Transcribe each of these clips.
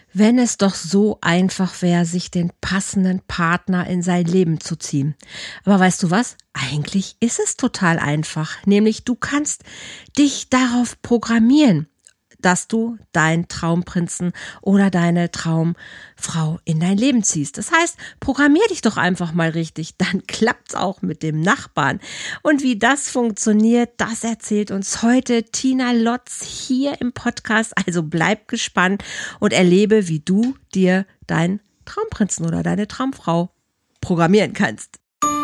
Wenn es doch so einfach wäre, sich den passenden Partner in sein Leben zu ziehen. Aber weißt du was? Eigentlich ist es total einfach. Nämlich du kannst dich darauf programmieren, dass du deinen Traumprinzen oder deine Traumfrau in dein Leben ziehst. Das heißt, programmier dich doch einfach mal richtig, dann klappt's auch mit dem Nachbarn. Und wie das funktioniert, das erzählt uns heute Tina Lotz hier im Podcast. Also bleib gespannt und erlebe, wie du dir deinen Traumprinzen oder deine Traumfrau programmieren kannst.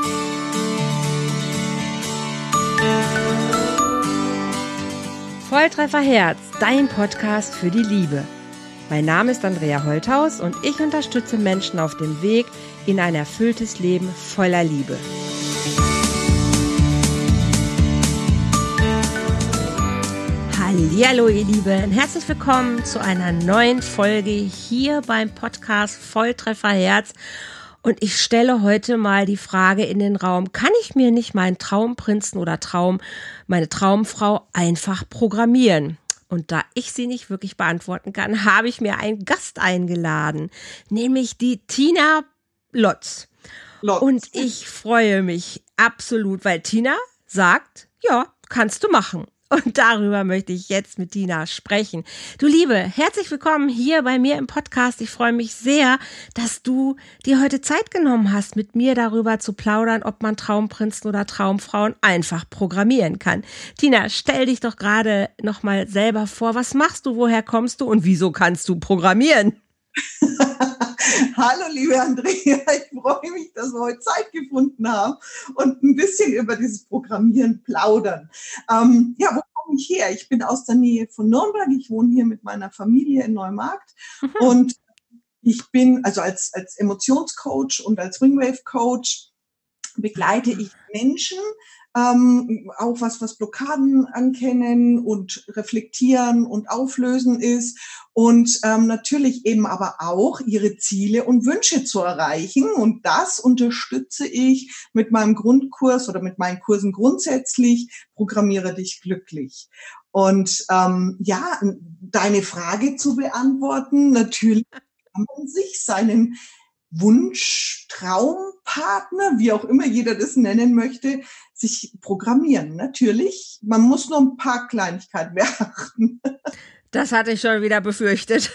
Volltreffer Herz, dein Podcast für die Liebe. Mein Name ist Andrea Holthaus und ich unterstütze Menschen auf dem Weg in ein erfülltes Leben voller Liebe. Hallihallo ihr Lieben, herzlich willkommen zu einer neuen Folge hier beim Podcast Volltreffer Herz. Und ich stelle heute mal die Frage in den Raum, kann ich mir nicht meinen Traumprinzen oder meine Traumfrau einfach programmieren? Und da ich sie nicht wirklich beantworten kann, habe ich mir einen Gast eingeladen, nämlich die Tina Lotz. Und ich freue mich absolut, weil Tina sagt, ja, kannst du machen. Und darüber möchte ich jetzt mit Tina sprechen. Du Liebe, herzlich willkommen hier bei mir im Podcast. Ich freue mich sehr, dass du dir heute Zeit genommen hast, mit mir darüber zu plaudern, ob man Traumprinzen oder Traumfrauen einfach programmieren kann. Tina, stell dich doch gerade nochmal selber vor. Was machst du, woher kommst du und wieso kannst du programmieren? Hallo, liebe Andrea, ich freue mich, dass wir heute Zeit gefunden haben und ein bisschen über dieses Programmieren plaudern. Wo komme ich her? Ich bin aus der Nähe von Nürnberg. Ich wohne hier mit meiner Familie in Neumarkt. Und ich bin also als Emotionscoach und als Ringwave-Coach begleite ich Menschen, auch was Blockaden ankennen und reflektieren und auflösen ist und natürlich eben aber auch ihre Ziele und Wünsche zu erreichen. Und das unterstütze ich mit meinem Grundkurs oder mit meinen Kursen grundsätzlich, Programmiere dich glücklich. Und deine Frage zu beantworten, natürlich kann man sich seinen Wunsch, Traumpartner, wie auch immer jeder das nennen möchte, sich programmieren. Natürlich, man muss nur ein paar Kleinigkeiten beachten. Das hatte ich schon wieder befürchtet.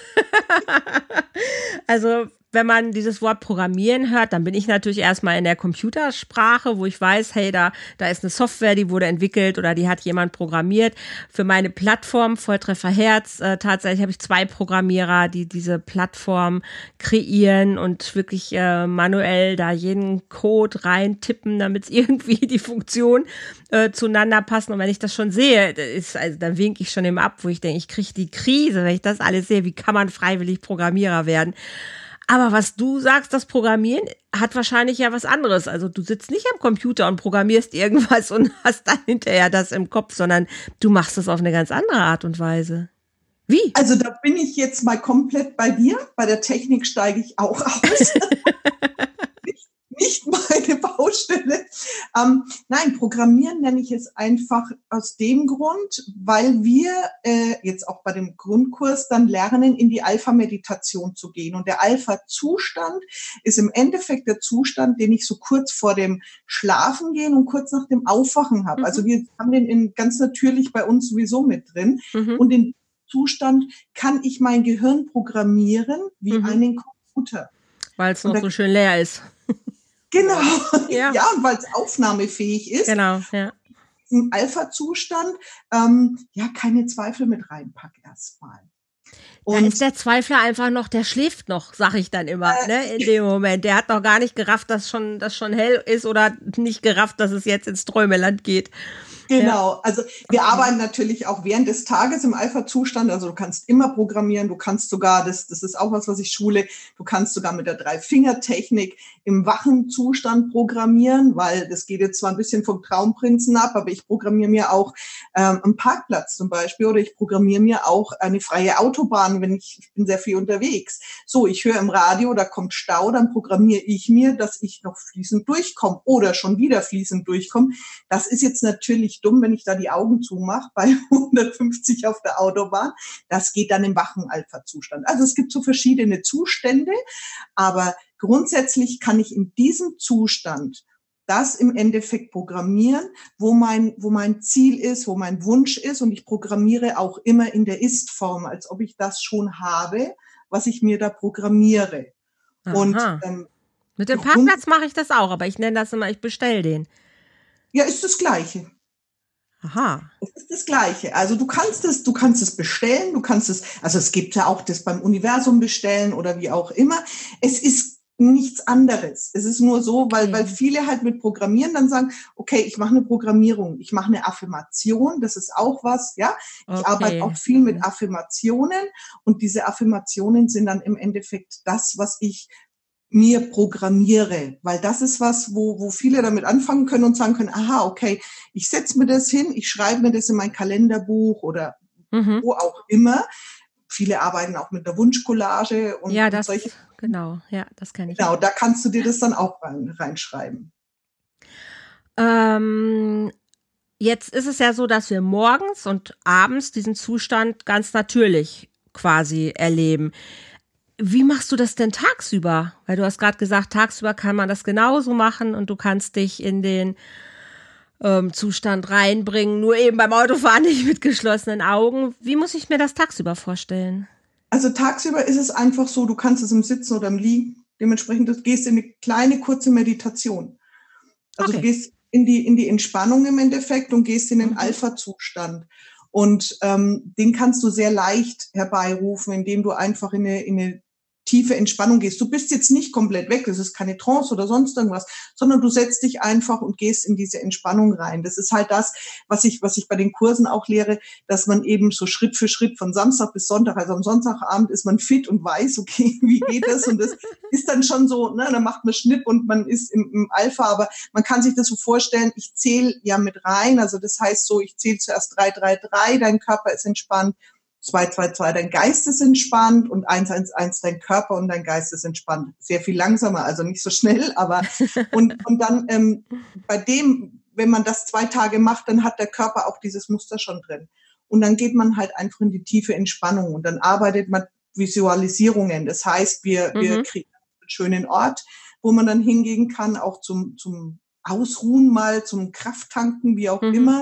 Also, wenn man dieses Wort Programmieren hört, dann bin ich natürlich erstmal in der Computersprache, wo ich weiß, hey, da ist eine Software, die wurde entwickelt oder die hat jemand programmiert. Für meine Plattform Volltreffer Herz, tatsächlich habe ich 2 Programmierer, die diese Plattform kreieren und wirklich manuell da jeden Code reintippen, damit es irgendwie die Funktion zueinander passen. Und wenn ich das schon sehe, dann winke ich schon immer ab, wo ich denke, ich kriege die Krise, wenn ich das alles sehe. Wie kann man freiwillig Programmierer werden? Aber was du sagst, das Programmieren hat wahrscheinlich ja was anderes. Also du sitzt nicht am Computer und programmierst irgendwas und hast dann hinterher das im Kopf, sondern du machst es auf eine ganz andere Art und Weise. Wie? Also da bin ich jetzt mal komplett bei dir. Bei der Technik steige ich auch aus. Nicht meine Baustelle. Nein, Programmieren nenne ich es einfach aus dem Grund, weil wir jetzt auch bei dem Grundkurs dann lernen, in die Alpha-Meditation zu gehen. Und der Alpha-Zustand ist im Endeffekt der Zustand, den ich so kurz vor dem Schlafengehen und kurz nach dem Aufwachen habe. Also wir haben den ganz natürlich bei uns sowieso mit drin. Und in Zustand kann ich mein Gehirn programmieren wie einen Computer. Weil es noch so schön leer ist. Genau, ja, und weil es aufnahmefähig ist. Genau, ja. Im Alpha-Zustand, keine Zweifel mit reinpack erstmal. Da ist der Zweifler einfach noch, der schläft noch, sag ich dann immer, in dem Moment. Der hat noch gar nicht gerafft, dass schon hell ist oder nicht gerafft, dass es jetzt ins Träumeland geht. Genau, also wir arbeiten natürlich auch während des Tages im Alpha-Zustand, also du kannst immer programmieren, du kannst sogar, das ist auch was ich schule, du kannst sogar mit der 3-Finger-Technik im wachen Zustand programmieren, weil das geht jetzt zwar ein bisschen vom Traumprinzen ab, aber ich programmiere mir auch einen Parkplatz zum Beispiel oder ich programmiere mir auch eine freie Autobahn, wenn ich bin sehr viel unterwegs. So, ich höre im Radio, da kommt Stau, dann programmiere ich mir, dass ich noch fließend durchkomme oder schon wieder fließend durchkomme. Das ist jetzt natürlich ziemlich dumm, wenn ich da die Augen zumache bei 150 auf der Autobahn. Das geht dann im wachen Alpha-Zustand. Also es gibt so verschiedene Zustände, aber grundsätzlich kann ich in diesem Zustand das im Endeffekt programmieren, wo mein Ziel ist, wo mein Wunsch ist, und ich programmiere auch immer in der Ist-Form, als ob ich das schon habe, was ich mir da programmiere. Aha. Und mit dem Parkplatz mache ich das auch, aber ich nenne das immer, ich bestelle den. Ja, ist das Gleiche. Aha. Es ist das Gleiche. Also du kannst es bestellen, also es gibt ja auch das beim Universum bestellen oder wie auch immer. Es ist nichts anderes. Es ist nur so, weil viele halt mit Programmieren dann sagen, okay, ich mache eine Programmierung, ich mache eine Affirmation, das ist auch was, ja. Ich arbeite auch viel mit Affirmationen, und diese Affirmationen sind dann im Endeffekt das, was ich mir programmiere, weil das ist was, wo viele damit anfangen können und sagen können, aha, okay, ich setze mir das hin, ich schreibe mir das in mein Kalenderbuch oder wo auch immer. Viele arbeiten auch mit der Wunschcollage und solche. Genau, ja, das kann ich. Genau, da kannst du dir das dann auch reinschreiben. Jetzt ist es ja so, dass wir morgens und abends diesen Zustand ganz natürlich quasi erleben. Wie machst du das denn tagsüber? Weil du hast gerade gesagt, tagsüber kann man das genauso machen und du kannst dich in den Zustand reinbringen, nur eben beim Autofahren nicht mit geschlossenen Augen. Wie muss ich mir das tagsüber vorstellen? Also tagsüber ist es einfach so, du kannst es im Sitzen oder im Liegen. Dementsprechend, du gehst in eine kleine, kurze Meditation. Also du gehst in die Entspannung im Endeffekt und gehst in den Alpha-Zustand. Und den kannst du sehr leicht herbeirufen, indem du einfach in eine tiefe Entspannung gehst. Du bist jetzt nicht komplett weg, das ist keine Trance oder sonst irgendwas, sondern du setzt dich einfach und gehst in diese Entspannung rein. Das ist halt das, was ich bei den Kursen auch lehre, dass man eben so Schritt für Schritt von Samstag bis Sonntag, also am Sonntagabend ist man fit und weiß, okay, wie geht das? Und das ist dann schon so, ne, dann macht man Schnipp und man ist im Alpha, aber man kann sich das so vorstellen, ich zähle ja mit rein, also das heißt so, ich zähle zuerst 3, 3, 3, dein Körper ist entspannt, 2, 2, 2, dein Geist ist entspannt, und 1, 1, 1, dein Körper und dein Geist ist entspannt. Sehr viel langsamer, also nicht so schnell, aber und dann bei dem, wenn man das 2 Tage macht, dann hat der Körper auch dieses Muster schon drin. Und dann geht man halt einfach in die tiefe Entspannung und dann arbeitet man Visualisierungen. Das heißt, wir kriegen einen schönen Ort, wo man dann hingehen kann, auch zum Ausruhen mal, zum Krafttanken, wie auch immer.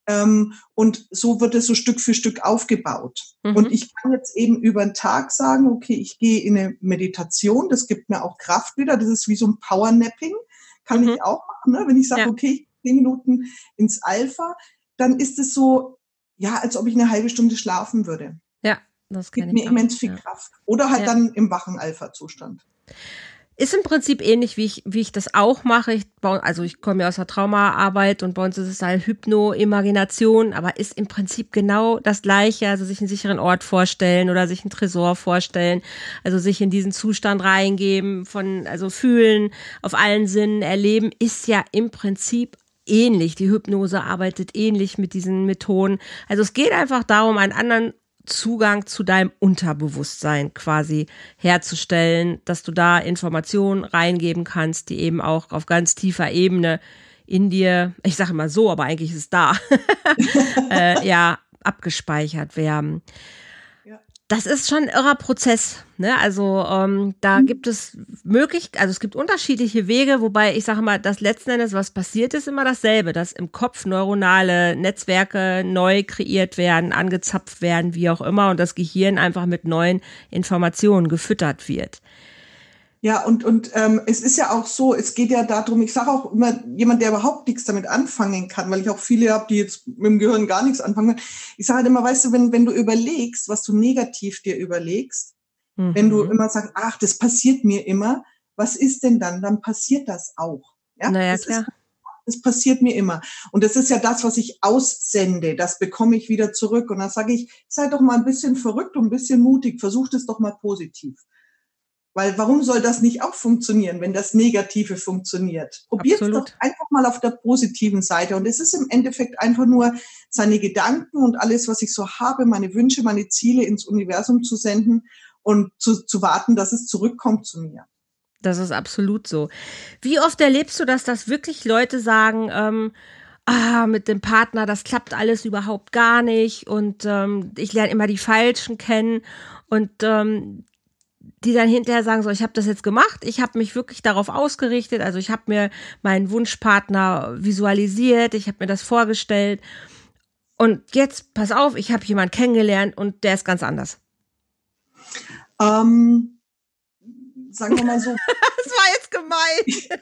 Und so wird es so Stück für Stück aufgebaut. Und ich kann jetzt eben über den Tag sagen, okay, ich gehe in eine Meditation, das gibt mir auch Kraft wieder, das ist wie so ein Powernapping, kann ich auch machen, ne? Wenn ich sage, okay, 10 Minuten ins Alpha, dann ist es so, ja, als ob ich eine halbe Stunde schlafen würde. Ja, das kann gibt mir immens viel Kraft. Oder halt dann im wachen Alpha-Zustand. Ist im Prinzip ähnlich, wie ich das auch mache. Ich komme ja aus der Traumaarbeit und bei uns ist es halt Hypno, Imagination, aber ist im Prinzip genau das Gleiche. Also sich einen sicheren Ort vorstellen oder sich einen Tresor vorstellen. Also sich in diesen Zustand reingeben, also fühlen, auf allen Sinnen erleben, ist ja im Prinzip ähnlich. Die Hypnose arbeitet ähnlich mit diesen Methoden. Also es geht einfach darum, einen anderen Zugang zu deinem Unterbewusstsein quasi herzustellen, dass du da Informationen reingeben kannst, die eben auch auf ganz tiefer Ebene in dir, ich sage immer so, aber eigentlich ist es da, abgespeichert werden. Das ist schon ein irrer Prozess, ne? Also da gibt es es gibt unterschiedliche Wege, wobei ich sage mal, das letzten Endes, was passiert, ist immer dasselbe, dass im Kopf neuronale Netzwerke neu kreiert werden, angezapft werden, wie auch immer, und das Gehirn einfach mit neuen Informationen gefüttert wird. Ja, und es ist ja auch so, es geht ja darum, ich sage auch immer, jemand, der überhaupt nichts damit anfangen kann, weil ich auch viele habe, die jetzt mit dem Gehirn gar nichts anfangen können. Ich sage halt immer, weißt du, wenn du überlegst, was du negativ dir überlegst, wenn du immer sagst, ach, das passiert mir immer, was ist denn dann? Dann passiert das auch. Ja, naja, klar. Das passiert mir immer. Und das ist ja das, was ich aussende. Das bekomme ich wieder zurück. Und dann sage ich, sei doch mal ein bisschen verrückt und ein bisschen mutig. Versucht es doch mal positiv. Weil warum soll das nicht auch funktionieren, wenn das Negative funktioniert? Probiert es doch einfach mal auf der positiven Seite. Und es ist im Endeffekt einfach nur seine Gedanken und alles, was ich so habe, meine Wünsche, meine Ziele ins Universum zu senden und zu warten, dass es zurückkommt zu mir. Das ist absolut so. Wie oft erlebst du, dass das wirklich Leute sagen, mit dem Partner, das klappt alles überhaupt gar nicht und ich lerne immer die Falschen kennen und die dann hinterher sagen, so, ich habe das jetzt gemacht, ich habe mich wirklich darauf ausgerichtet, also ich habe mir meinen Wunschpartner visualisiert, ich habe mir das vorgestellt und jetzt, pass auf, ich habe jemanden kennengelernt und der ist ganz anders. Sagen wir mal so. Das war jetzt gemein.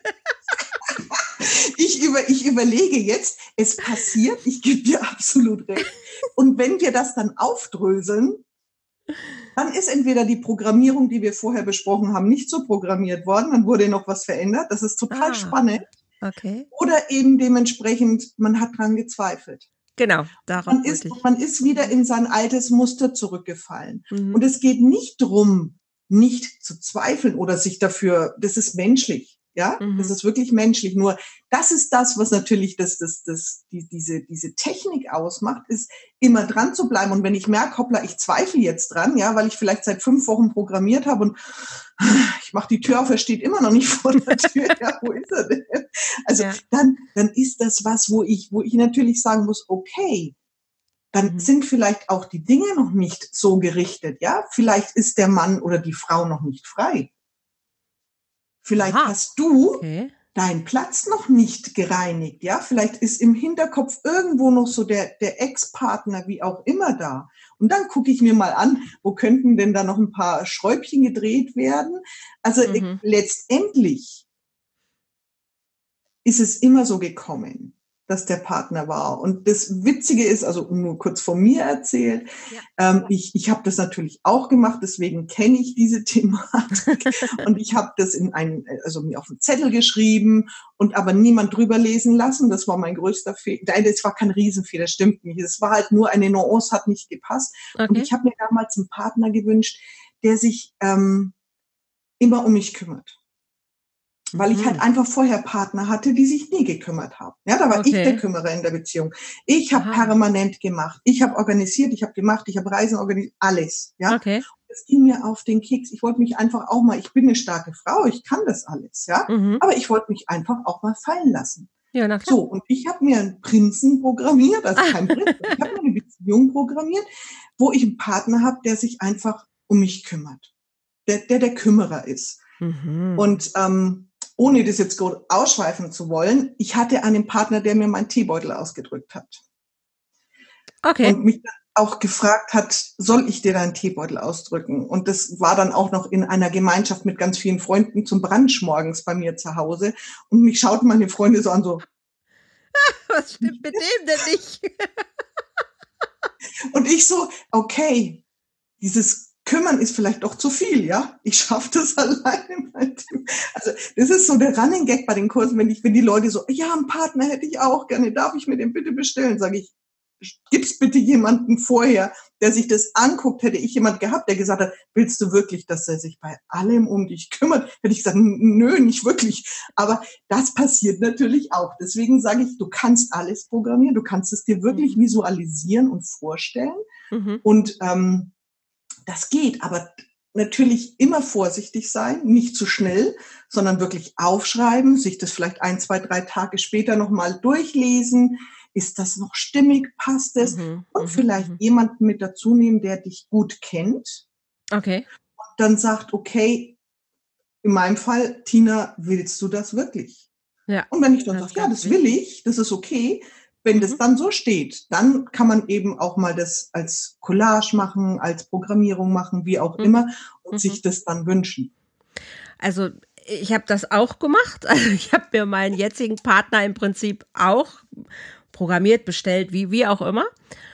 Ich überlege jetzt, es passiert, ich gebe dir absolut recht. Und wenn wir das dann aufdröseln, dann ist entweder die Programmierung, die wir vorher besprochen haben, nicht so programmiert worden, dann wurde noch was verändert, das ist total spannend. Okay. Oder eben dementsprechend, man hat dran gezweifelt. Genau, man ist wieder in sein altes Muster zurückgefallen. Und es geht nicht drum, nicht zu zweifeln oder sich dafür, das ist menschlich. Ja, das ist wirklich menschlich. Nur das ist das, was natürlich diese Technik ausmacht, ist immer dran zu bleiben. Und wenn ich merke, hoppla, ich zweifle jetzt dran, ja, weil ich vielleicht seit 5 Wochen programmiert habe und ich mache die Tür auf, er steht immer noch nicht vor der Tür. Ja, wo ist er denn? Also dann ist das was, wo ich natürlich sagen muss, okay, dann sind vielleicht auch die Dinge noch nicht so gerichtet. Ja, vielleicht ist der Mann oder die Frau noch nicht frei. Vielleicht hast du deinen Platz noch nicht gereinigt, ja? Vielleicht ist im Hinterkopf irgendwo noch so der Ex-Partner, wie auch immer da. Und dann gucke ich mir mal an, wo könnten denn da noch ein paar Schräubchen gedreht werden? Also letztendlich ist es immer so gekommen, dass der Partner war. Und das Witzige ist, also nur kurz von mir erzählt, ich habe das natürlich auch gemacht, deswegen kenne ich diese Thematik. Und ich habe das mir auf einen Zettel geschrieben und aber niemand drüber lesen lassen. Das war mein größter Fehler. Das war kein Riesenfehler, stimmt nicht. Es war halt nur eine Nuance, hat nicht gepasst. Okay. Und ich habe mir damals einen Partner gewünscht, der sich immer um mich kümmert. Weil ich halt einfach vorher Partner hatte, die sich nie gekümmert haben. Ja, da war ich der Kümmerer in der Beziehung. Ich habe permanent gemacht. Ich habe organisiert, ich habe gemacht, ich habe Reisen organisiert, alles. Ja, es ging mir auf den Keks. Ich wollte mich einfach auch mal, ich bin eine starke Frau, ich kann das alles, ja. Aber ich wollte mich einfach auch mal fallen lassen. Ja, na klar. So, und ich habe mir einen Prinzen programmiert, also kein Prinz, ich habe mir eine Beziehung programmiert, wo ich einen Partner habe, der sich einfach um mich kümmert. Der Kümmerer ist. Und ohne das jetzt ausschweifen zu wollen, ich hatte einen Partner, der mir meinen Teebeutel ausgedrückt hat. Okay. Und mich auch gefragt hat, soll ich dir deinen Teebeutel ausdrücken? Und das war dann auch noch in einer Gemeinschaft mit ganz vielen Freunden zum Brunch morgens bei mir zu Hause. Und mich schauten meine Freunde so an, so. Was stimmt mit dem denn nicht? Und ich so, okay, dieses Kümmern ist vielleicht doch zu viel, ja? Ich schaffe das alleine. Also das ist so der Running Gag bei den Kursen, wenn die Leute so, ja, einen Partner hätte ich auch gerne, darf ich mir den bitte bestellen? Sage ich, gib's bitte jemanden vorher, der sich das anguckt. Hätte ich jemand gehabt, der gesagt hat, willst du wirklich, dass er sich bei allem um dich kümmert? Hätte ich gesagt, nö, nicht wirklich. Aber das passiert natürlich auch. Deswegen sage ich, du kannst alles programmieren, du kannst es dir wirklich visualisieren und vorstellen. Und das geht, aber natürlich immer vorsichtig sein, nicht zu schnell, sondern wirklich aufschreiben, sich das vielleicht 1, 2, 3 Tage später nochmal durchlesen. Ist das noch stimmig? Passt es? Und vielleicht jemanden mit dazu nehmen, der dich gut kennt. Okay. Und dann sagt, okay, in meinem Fall, Tina, willst du das wirklich? Ja. Und wenn ich dann sage, ja, das will ich, das ist okay. Wenn das dann so steht, dann kann man eben auch mal das als Collage machen, als Programmierung machen, wie auch immer, und sich das dann wünschen. Also ich habe das auch gemacht. Also ich habe mir meinen jetzigen Partner im Prinzip auch programmiert, bestellt, wie auch immer.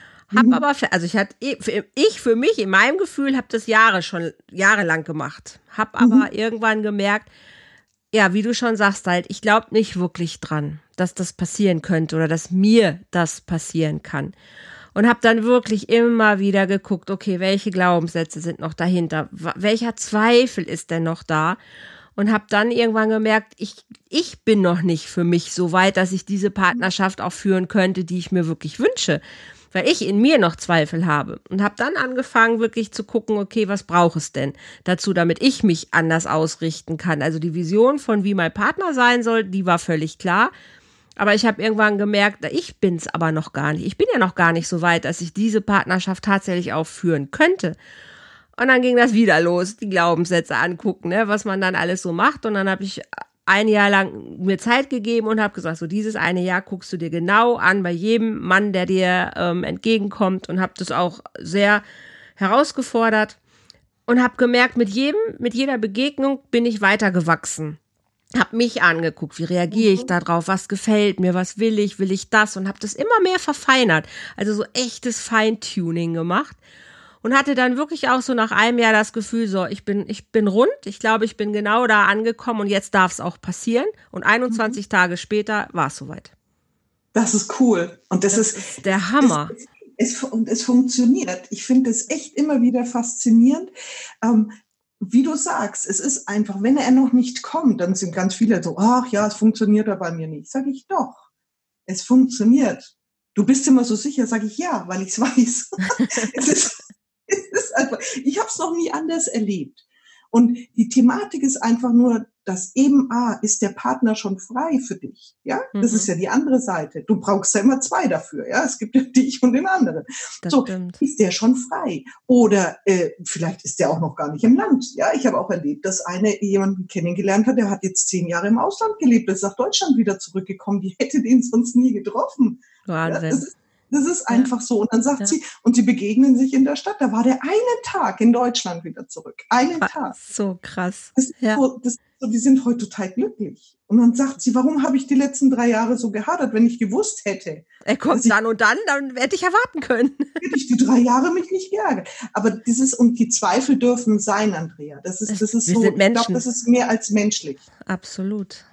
Ich für mich, in meinem Gefühl, habe das jahrelang gemacht. Habe aber irgendwann gemerkt, ja, wie du schon sagst halt, ich glaube nicht wirklich dran, dass das passieren könnte oder dass mir das passieren kann. Und habe dann wirklich immer wieder geguckt, okay, welche Glaubenssätze sind noch dahinter? Welcher Zweifel ist denn noch da? Und habe dann irgendwann gemerkt, ich bin noch nicht für mich so weit, dass ich diese Partnerschaft auch führen könnte, die ich mir wirklich wünsche. Weil ich in mir noch Zweifel habe. Und habe dann angefangen, wirklich zu gucken, okay, was braucht es denn dazu, damit ich mich anders ausrichten kann. Also die Vision von wie mein Partner sein soll, die war völlig klar. Aber ich habe irgendwann gemerkt, ich bin's aber noch gar nicht. Ich bin ja noch gar nicht so weit, dass ich diese Partnerschaft tatsächlich auch führen könnte. Und dann ging das wieder los, die Glaubenssätze angucken, ne, was man dann alles so macht. Und dann habe ich ein Jahr lang mir Zeit gegeben und habe gesagt, so dieses eine Jahr guckst du dir genau an bei jedem Mann, der dir entgegenkommt, und habe das auch sehr herausgefordert und habe gemerkt, mit jeder Begegnung bin ich weitergewachsen. Hab mich angeguckt, wie reagiere ich da drauf, was gefällt mir, was will ich das, und habe das immer mehr verfeinert, also so echtes Feintuning gemacht und hatte dann wirklich auch so nach einem Jahr das Gefühl, so ich bin rund, ich glaube, ich bin genau da angekommen und jetzt darf es auch passieren, und 21 Tage später war es soweit. Das ist cool und das ist der Hammer. Es funktioniert. Ich finde es echt immer wieder faszinierend. Wie du sagst, es ist einfach, wenn er noch nicht kommt, dann sind ganz viele so, ach ja, es funktioniert ja bei mir nicht. Sag ich doch, es funktioniert. Du bist immer so sicher, sage ich ja, weil ich es weiß. Es ist einfach, ich habe es noch nie anders erlebt. Und die Thematik ist einfach nur, dass eben ist der Partner schon frei für dich. Ja, das ist ja die andere Seite. Du brauchst ja immer zwei dafür. Ja, es gibt ja dich und den anderen. Das so, stimmt. ist der schon frei? Oder vielleicht ist der auch noch gar nicht im Land. Ja, ich habe auch erlebt, dass jemanden kennengelernt hat, der hat jetzt 10 Jahre im Ausland gelebt, ist nach Deutschland wieder zurückgekommen. Die hätte den sonst nie getroffen. Wahnsinn. Ja, das ist einfach so. Und dann sagt sie, und sie begegnen sich in der Stadt. Da war der einen Tag in Deutschland wieder zurück. Einen Tag. So krass. Die sind heute total glücklich. Und dann sagt sie, warum habe ich die letzten 3 Jahre so gehadert, wenn ich gewusst hätte? Er kommt dann und dann hätte ich erwarten können. Hätte ich die 3 Jahre mich nicht geärgert. Aber und die Zweifel dürfen sein, Andrea. Das ist wir so, sind Menschen. Ich glaube, das ist mehr als menschlich. Absolut.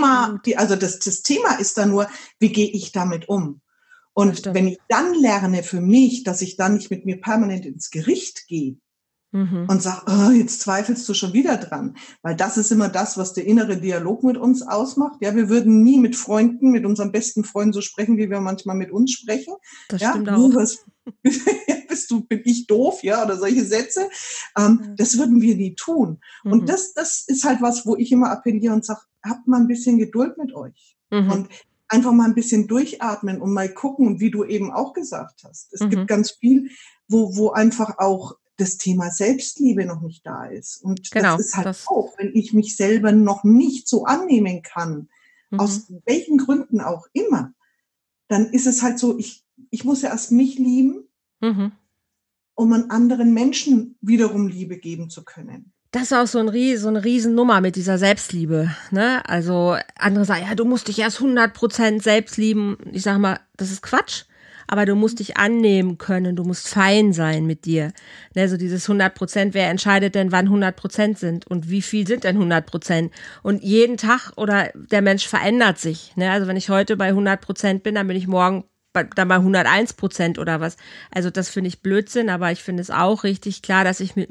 Das Thema ist da nur, wie gehe ich damit um? Und wenn ich dann lerne für mich, dass ich dann nicht mit mir permanent ins Gericht gehe und sage, jetzt zweifelst du schon wieder dran, weil das ist immer das, was der innere Dialog mit uns ausmacht. Ja, wir würden nie mit Freunden, mit unseren besten Freunden so sprechen, wie wir manchmal mit uns sprechen. Das stimmt auch. Bin ich doof, ja, oder solche Sätze. Das würden wir nie tun. Und das ist halt was, wo ich immer appelliere und sage, habt mal ein bisschen Geduld mit euch. Und einfach mal ein bisschen durchatmen und mal gucken, wie du eben auch gesagt hast. Es gibt ganz viel, wo einfach auch das Thema Selbstliebe noch nicht da ist. Und das ist halt auch, wenn ich mich selber noch nicht so annehmen kann, aus welchen Gründen auch immer, dann ist es halt so, ich muss ja erst mich lieben, um an anderen Menschen wiederum Liebe geben zu können. Das ist auch so eine Riesennummer mit dieser Selbstliebe, ne? Also andere sagen, ja, du musst dich erst 100% selbst lieben. Ich sage mal, das ist Quatsch, aber du musst dich annehmen können, du musst fein sein mit dir. Ne, so dieses 100%, wer entscheidet denn, wann 100% sind und wie viel sind denn 100%? Und jeden Tag oder der Mensch verändert sich, ne? Also wenn ich heute bei 100% bin, dann bin ich morgen dann bei 101% oder was. Also das finde ich Blödsinn, aber ich finde es auch richtig klar, dass ich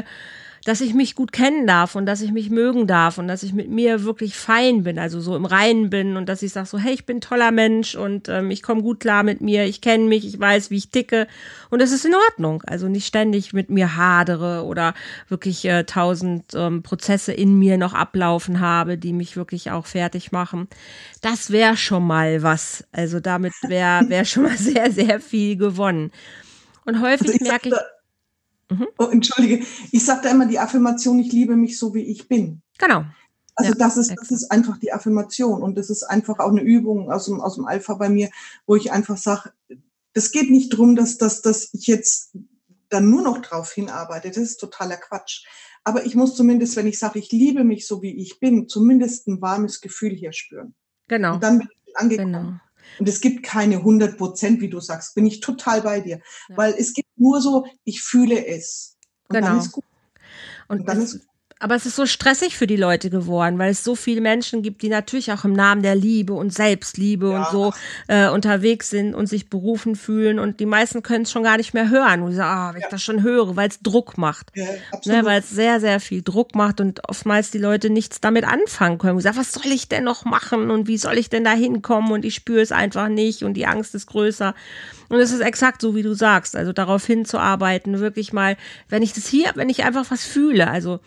mich gut kennen darf und dass ich mich mögen darf und dass ich mit mir wirklich fein bin, also so im Reinen bin und dass ich sage so, hey, ich bin ein toller Mensch und ich komme gut klar mit mir, ich kenne mich, ich weiß, wie ich ticke und das ist in Ordnung. Also nicht ständig mit mir hadere oder wirklich 1000 Prozesse in mir noch ablaufen habe, die mich wirklich auch fertig machen. Das wäre schon mal was. Also damit wäre schon mal sehr, sehr viel gewonnen. Und häufig merke ich, Oh, entschuldige, ich sage da immer die Affirmation, ich liebe mich so, wie ich bin. Genau. Also das ist einfach die Affirmation und das ist einfach auch eine Übung aus dem Alpha bei mir, wo ich einfach sage, das geht nicht darum, dass ich jetzt dann nur noch drauf hinarbeite, das ist totaler Quatsch. Aber ich muss zumindest, wenn ich sage, ich liebe mich so, wie ich bin, zumindest ein warmes Gefühl hier spüren. Genau. Und dann bin ich angekommen. Genau. Und es gibt keine 100%, wie du sagst, bin ich total bei dir. Ja. Weil es gibt nur so, ich fühle es. Und dann ist gut. Und dann ist gut. Aber es ist so stressig für die Leute geworden, weil es so viele Menschen gibt, die natürlich auch im Namen der Liebe und Selbstliebe und so unterwegs sind und sich berufen fühlen. Und die meisten können es schon gar nicht mehr hören. Und die sagen, wenn ich das schon höre, weil es Druck macht. Ja, ne, weil es sehr, sehr viel Druck macht und oftmals die Leute nichts damit anfangen können. Und sagen, was soll ich denn noch machen und wie soll ich denn da hinkommen? Und ich spüre es einfach nicht und die Angst ist größer. Und es ist exakt so, wie du sagst, also darauf hinzuarbeiten, wirklich mal, wenn ich einfach was fühle, also ich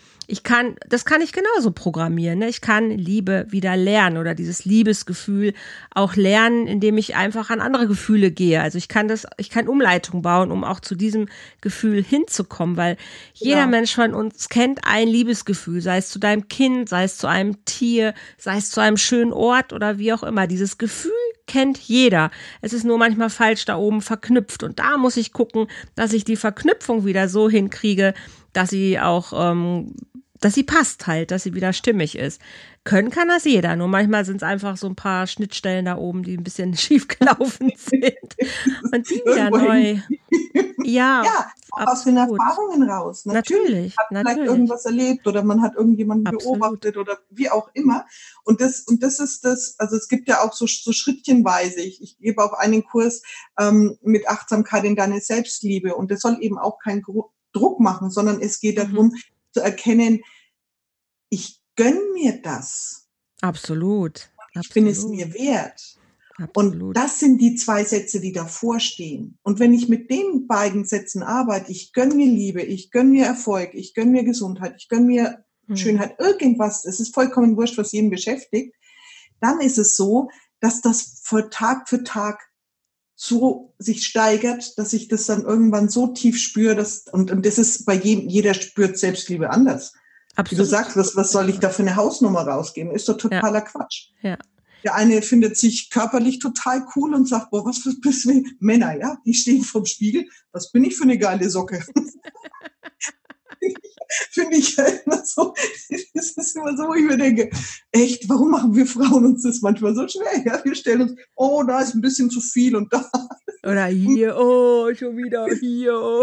das kann ich genauso programmieren. Ne? Ich kann Liebe wieder lernen oder dieses Liebesgefühl auch lernen, indem ich einfach an andere Gefühle gehe. Also ich kann Umleitung bauen, um auch zu diesem Gefühl hinzukommen, weil jeder Mensch von uns kennt ein Liebesgefühl, sei es zu deinem Kind, sei es zu einem Tier, sei es zu einem schönen Ort oder wie auch immer. Dieses Gefühl kennt jeder. Es ist nur manchmal falsch da oben verknüpft. Und da muss ich gucken, dass ich die Verknüpfung wieder so hinkriege, dass sie auch, dass sie passt halt, dass sie wieder stimmig ist. Können kann das jeder, nur manchmal sind es einfach so ein paar Schnittstellen da oben, die ein bisschen schief gelaufen sind. Und die wieder neu. Ja, auch aus den Erfahrungen raus. Natürlich. Man hat vielleicht irgendwas erlebt oder man hat irgendjemanden beobachtet oder wie auch immer. Und das ist das, also es gibt ja auch so schrittchenweise. Ich gebe auch einen Kurs mit Achtsamkeit in deine Selbstliebe und das soll eben auch keinen Druck machen, sondern es geht darum zu erkennen, ich gönne mir das. Absolut. Ich bin es mir wert. Absolut. Und das sind die 2 Sätze, die davor stehen. Und wenn ich mit den beiden Sätzen arbeite, ich gönne mir Liebe, ich gönne mir Erfolg, ich gönne mir Gesundheit, ich gönne mir Schönheit, irgendwas, es ist vollkommen wurscht, was jeden beschäftigt, dann ist es so, dass das Tag für Tag so sich steigert, dass ich das dann irgendwann so tief spüre, und das ist bei jeder spürt Selbstliebe anders. Absolut. Wie du sagst, was soll ich da für eine Hausnummer rausgeben? Ist doch totaler Quatsch. Ja. Der eine findet sich körperlich total cool und sagt, boah, was bist du? Männer, ja, die stehen vorm Spiegel. Was bin ich für eine geile Socke? Finde ich ja immer so, das ist immer so, wo ich mir denke, echt, warum machen wir Frauen uns das manchmal so schwer? Ja, wir stellen uns, oh, da ist ein bisschen zu viel und da. Oder hier, oh, schon wieder hier, oh.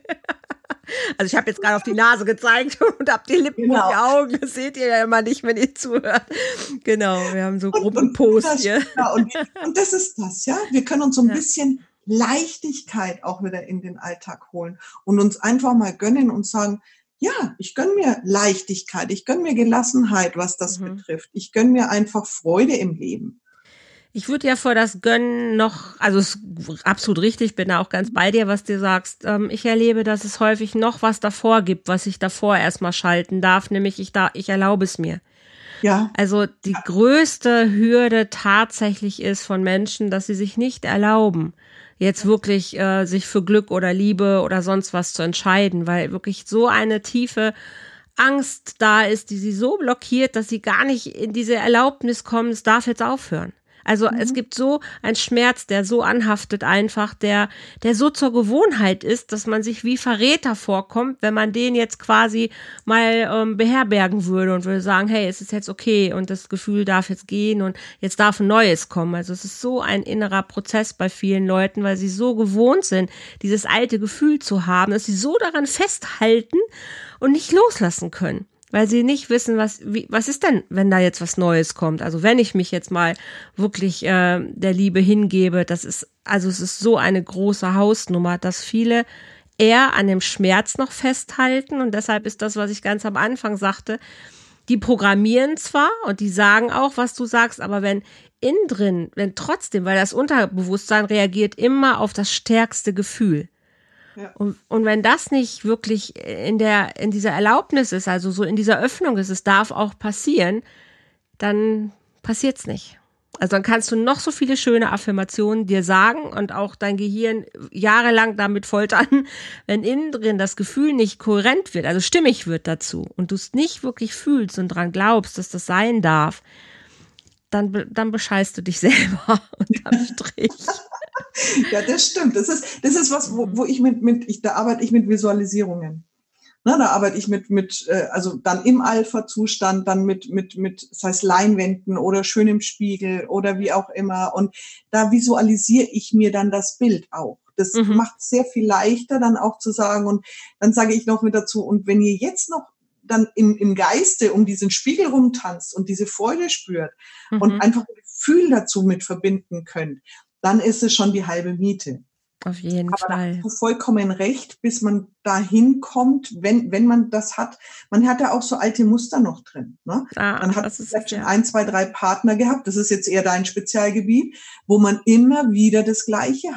Also ich habe jetzt gerade auf die Nase gezeigt und habe die Lippen und die Augen. Das seht ihr ja immer nicht, wenn ihr zuhört. Genau, wir haben so Gruppenpost hier. Genau, und das ist das, ja. Wir können uns so ein bisschen Leichtigkeit auch wieder in den Alltag holen und uns einfach mal gönnen und sagen, ja, ich gönne mir Leichtigkeit, ich gönne mir Gelassenheit, was das betrifft. Ich gönne mir einfach Freude im Leben. Ich würde ja vor das Gönnen noch, also es ist absolut richtig, bin da auch ganz bei dir, was du sagst. Ich erlebe, dass es häufig noch was davor gibt, was ich davor erstmal schalten darf, nämlich ich erlaube es mir. Ja. Also die größte Hürde tatsächlich ist von Menschen, dass sie sich nicht erlauben, jetzt wirklich sich für Glück oder Liebe oder sonst was zu entscheiden, weil wirklich so eine tiefe Angst da ist, die sie so blockiert, dass sie gar nicht in diese Erlaubnis kommen, es darf jetzt aufhören. Also es gibt so einen Schmerz, der so anhaftet einfach, der so zur Gewohnheit ist, dass man sich wie Verräter vorkommt, wenn man den jetzt quasi mal beherbergen würde und würde sagen, hey, es ist jetzt okay und das Gefühl darf jetzt gehen und jetzt darf ein Neues kommen. Also es ist so ein innerer Prozess bei vielen Leuten, weil sie so gewohnt sind, dieses alte Gefühl zu haben, dass sie so daran festhalten und nicht loslassen können. Weil sie nicht wissen, was ist denn, wenn da jetzt was Neues kommt? Also wenn ich mich jetzt mal wirklich der Liebe hingebe, es ist so eine große Hausnummer, dass viele eher an dem Schmerz noch festhalten. Und deshalb ist das, was ich ganz am Anfang sagte, die programmieren zwar und die sagen auch, was du sagst, aber wenn trotzdem, weil das Unterbewusstsein reagiert immer auf das stärkste Gefühl. Ja. Und wenn das nicht wirklich in dieser Erlaubnis ist, also so in dieser Öffnung ist, es darf auch passieren, dann passiert's nicht. Also dann kannst du noch so viele schöne Affirmationen dir sagen und auch dein Gehirn jahrelang damit foltern, wenn innen drin das Gefühl nicht kohärent wird, also stimmig wird dazu und du es nicht wirklich fühlst und dran glaubst, dass das sein darf, dann bescheißt du dich selber unterm Strich. Ja, das stimmt. Das ist was, wo ich da arbeite ich mit Visualisierungen. Na, da arbeite ich also dann im Alpha-Zustand, dann mit, das heißt Leinwänden oder schön im Spiegel oder wie auch immer. Und da visualisiere ich mir dann das Bild auch. Das macht es sehr viel leichter, dann auch zu sagen. Und dann sage ich noch mit dazu, und wenn ihr jetzt noch dann im Geiste um diesen Spiegel rumtanzt und diese Freude spürt und einfach ein Gefühl dazu mit verbinden könnt, dann ist es schon die halbe Miete. Auf jeden Fall. Da hast du vollkommen recht, bis man dahin kommt, wenn man das hat. Man hat ja auch so alte Muster noch drin. Ne? Man hat vielleicht schon 1, 2, 3 Partner gehabt. Das ist jetzt eher dein Spezialgebiet, wo man immer wieder das Gleiche hat.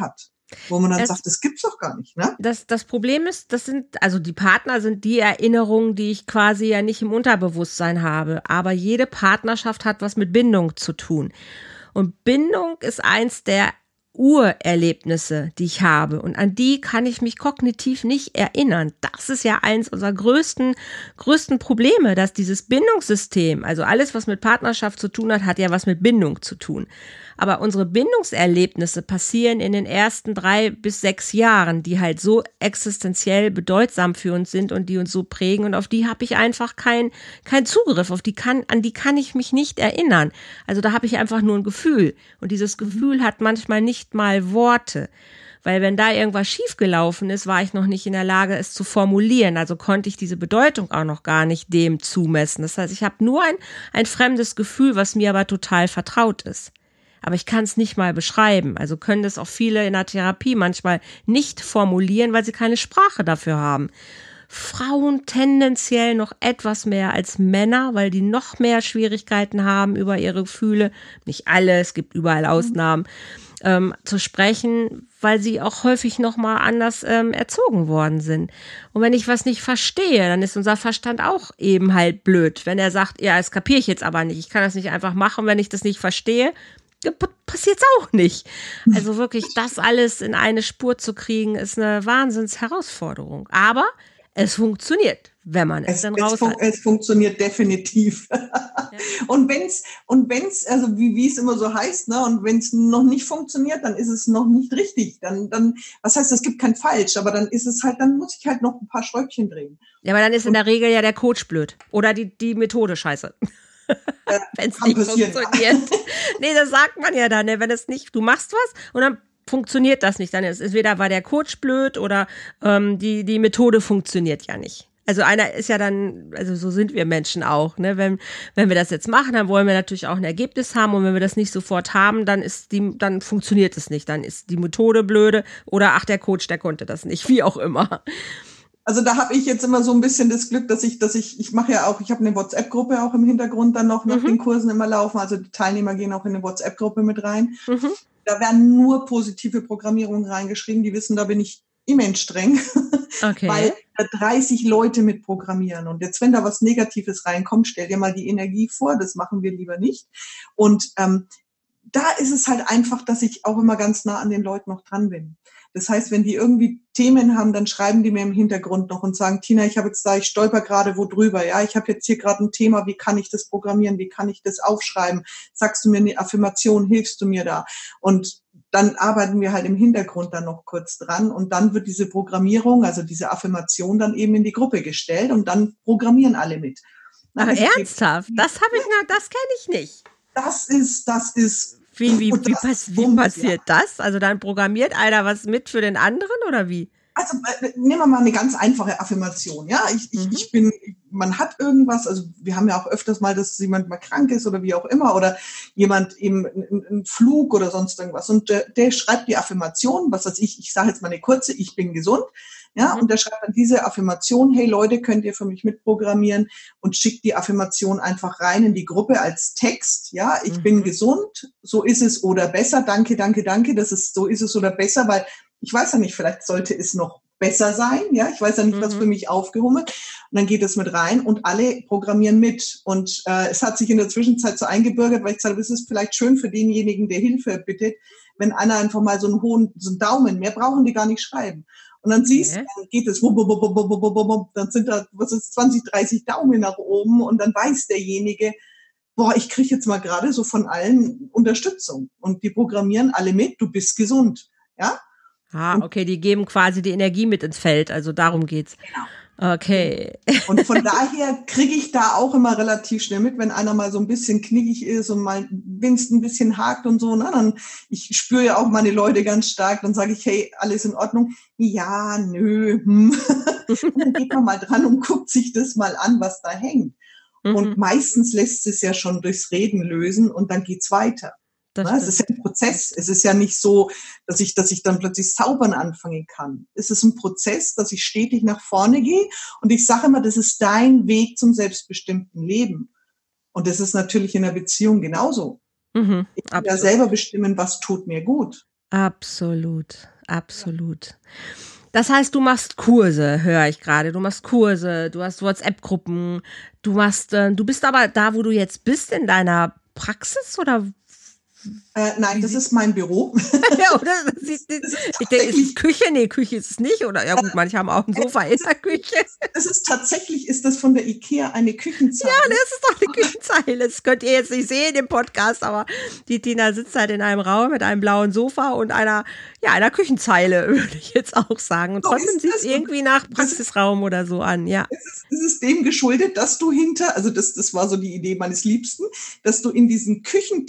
wo man dann sagt, das gibt's doch gar nicht, ne? Das Problem ist, also die Partner sind die Erinnerungen, die ich quasi ja nicht im Unterbewusstsein habe. Aber jede Partnerschaft hat was mit Bindung zu tun. Und Bindung ist eins der Urerlebnisse, die ich habe. Und an die kann ich mich kognitiv nicht erinnern. Das ist ja eins unserer größten Probleme, dass dieses Bindungssystem, also alles, was mit Partnerschaft zu tun hat, hat ja was mit Bindung zu tun. Aber unsere Bindungserlebnisse passieren in den ersten 3 bis 6 Jahren, die halt so existenziell bedeutsam für uns sind und die uns so prägen. Und auf die habe ich einfach keinen Zugriff. An die kann ich mich nicht erinnern. Also da habe ich einfach nur ein Gefühl. Und dieses Gefühl hat manchmal nicht mal Worte. Weil wenn da irgendwas schiefgelaufen ist, war ich noch nicht in der Lage, es zu formulieren. Also konnte ich diese Bedeutung auch noch gar nicht dem zumessen. Das heißt, ich habe nur ein fremdes Gefühl, was mir aber total vertraut ist. Aber ich kann es nicht mal beschreiben. Also können das auch viele in der Therapie manchmal nicht formulieren, weil sie keine Sprache dafür haben. Frauen tendenziell noch etwas mehr als Männer, weil die noch mehr Schwierigkeiten haben, über ihre Gefühle, nicht alle, es gibt überall Ausnahmen, zu sprechen, weil sie auch häufig noch mal anders erzogen worden sind. Und wenn ich was nicht verstehe, dann ist unser Verstand auch eben halt blöd. Wenn er sagt, ja, das kapiere ich jetzt aber nicht, ich kann das nicht einfach machen, wenn ich das nicht verstehe, passiert es auch nicht. Also wirklich, das alles in eine Spur zu kriegen, ist eine Wahnsinns-Herausforderung. Aber es funktioniert, wenn man es dann raus hat. Es funktioniert definitiv. Ja. Und wenn's, also wie es immer so heißt, ne, und wenn es noch nicht funktioniert, dann ist es noch nicht richtig. Dann, was heißt, es gibt kein Falsch, aber dann ist es halt, dann muss ich halt noch ein paar Schräubchen drehen. Ja, aber dann ist in der Regel ja der Coach blöd. Oder die Methode scheiße. Wenn es nicht funktioniert. Nee, das sagt man ja dann, ne? Wenn es nicht, du machst was und dann funktioniert das nicht. Dann ist entweder war der Coach blöd oder die Methode funktioniert ja nicht. Also einer ist ja dann, also so sind wir Menschen auch, ne? Wenn wir das jetzt machen, dann wollen wir natürlich auch ein Ergebnis haben und wenn wir das nicht sofort haben, dann funktioniert es nicht. Dann ist die Methode blöde oder ach, der Coach, der konnte das nicht, wie auch immer. Also da habe ich jetzt immer so ein bisschen das Glück, dass ich mache ja auch, ich habe eine WhatsApp-Gruppe auch im Hintergrund dann noch nach den Kursen immer laufen. Also die Teilnehmer gehen auch in eine WhatsApp-Gruppe mit rein. Da werden nur positive Programmierungen reingeschrieben. Die wissen, da bin ich immens streng, weil da 30 Leute mit programmieren. Und jetzt, wenn da was Negatives reinkommt, stell dir mal die Energie vor, das machen wir lieber nicht. Und da ist es halt einfach, dass ich auch immer ganz nah an den Leuten noch dran bin. Das heißt, wenn die irgendwie Themen haben, dann schreiben die mir im Hintergrund noch und sagen, Tina, ich stolper gerade wo drüber, ja, ich habe jetzt hier gerade ein Thema, wie kann ich das programmieren, wie kann ich das aufschreiben, sagst du mir eine Affirmation, hilfst du mir da? Und dann arbeiten wir halt im Hintergrund dann noch kurz dran und dann wird diese Programmierung, also diese Affirmation dann eben in die Gruppe gestellt und dann programmieren alle mit. Ach, ernsthaft? Das kenne ich nicht. Das ist Wie passiert das? Also dann programmiert einer was mit für den anderen oder wie? Also nehmen wir mal eine ganz einfache Affirmation. Ja, man hat irgendwas, also wir haben ja auch öfters mal, dass jemand mal krank ist oder wie auch immer oder jemand eben einen Flug oder sonst irgendwas und der schreibt die Affirmation, was weiß ich sage jetzt mal eine kurze, ich bin gesund. Ja, und der schreibt dann diese Affirmation, hey Leute, könnt ihr für mich mitprogrammieren und schickt die Affirmation einfach rein in die Gruppe als Text. Ja, ich bin gesund, so ist es oder besser, danke, so ist es oder besser, weil ich weiß ja nicht, vielleicht sollte es noch besser sein. Ja, ich weiß ja nicht, was für mich aufgehoben wird. Und dann geht es mit rein und alle programmieren mit. Und es hat sich in der Zwischenzeit so eingebürgert, weil ich gesagt habe, es ist vielleicht schön für denjenigen, der Hilfe bittet, wenn einer einfach mal so einen Daumen, mehr brauchen die gar nicht schreiben. Und dann dann geht es, dann sind da, 20, 30 Daumen nach oben und dann weiß derjenige, ich kriege jetzt mal gerade so von allen Unterstützung. Und die programmieren alle mit, du bist gesund. Ja? Ah, okay, die geben quasi die Energie mit ins Feld, also darum geht's. Genau. Okay. Und von daher kriege ich da auch immer relativ schnell mit, wenn einer mal so ein bisschen knickig ist und mal winst ein bisschen hakt und so, ne, dann, ich spüre ja auch meine Leute ganz stark, dann sage ich, hey, alles in Ordnung? Ja, nö, Und dann geht man mal dran und guckt sich das mal an, was da hängt. Und meistens lässt es ja schon durchs Reden lösen und dann geht's weiter. Es ist ja ein Prozess. Es ist ja nicht so, dass ich dann plötzlich zaubern anfangen kann. Es ist ein Prozess, dass ich stetig nach vorne gehe. Und ich sage immer, das ist dein Weg zum selbstbestimmten Leben. Und das ist natürlich in der Beziehung genauso. Ich kann ja selber bestimmen, was tut mir gut. Absolut. absolut. Das heißt, du machst Kurse, höre ich gerade. Du machst Kurse, du hast WhatsApp-Gruppen, du bist aber da, wo du jetzt bist, in deiner Praxis oder? Nein, das ist mein Büro. Ja, oder? Ich denke, ist es Küche? Nee, Küche ist es nicht. Oder ja gut, manche haben auch ein Sofa in der Küche. Ist das von der IKEA eine Küchenzeile. Ja, das ist doch eine Küchenzeile. Das könnt ihr jetzt nicht sehen im Podcast, aber die Tina sitzt halt in einem Raum mit einem blauen Sofa und einer Küchenzeile, würde ich jetzt auch sagen. Und trotzdem sieht es irgendwie nach Praxisraum oder so an, ja. Es ist dem geschuldet, dass du also das war so die Idee meines Liebsten, dass du in diesem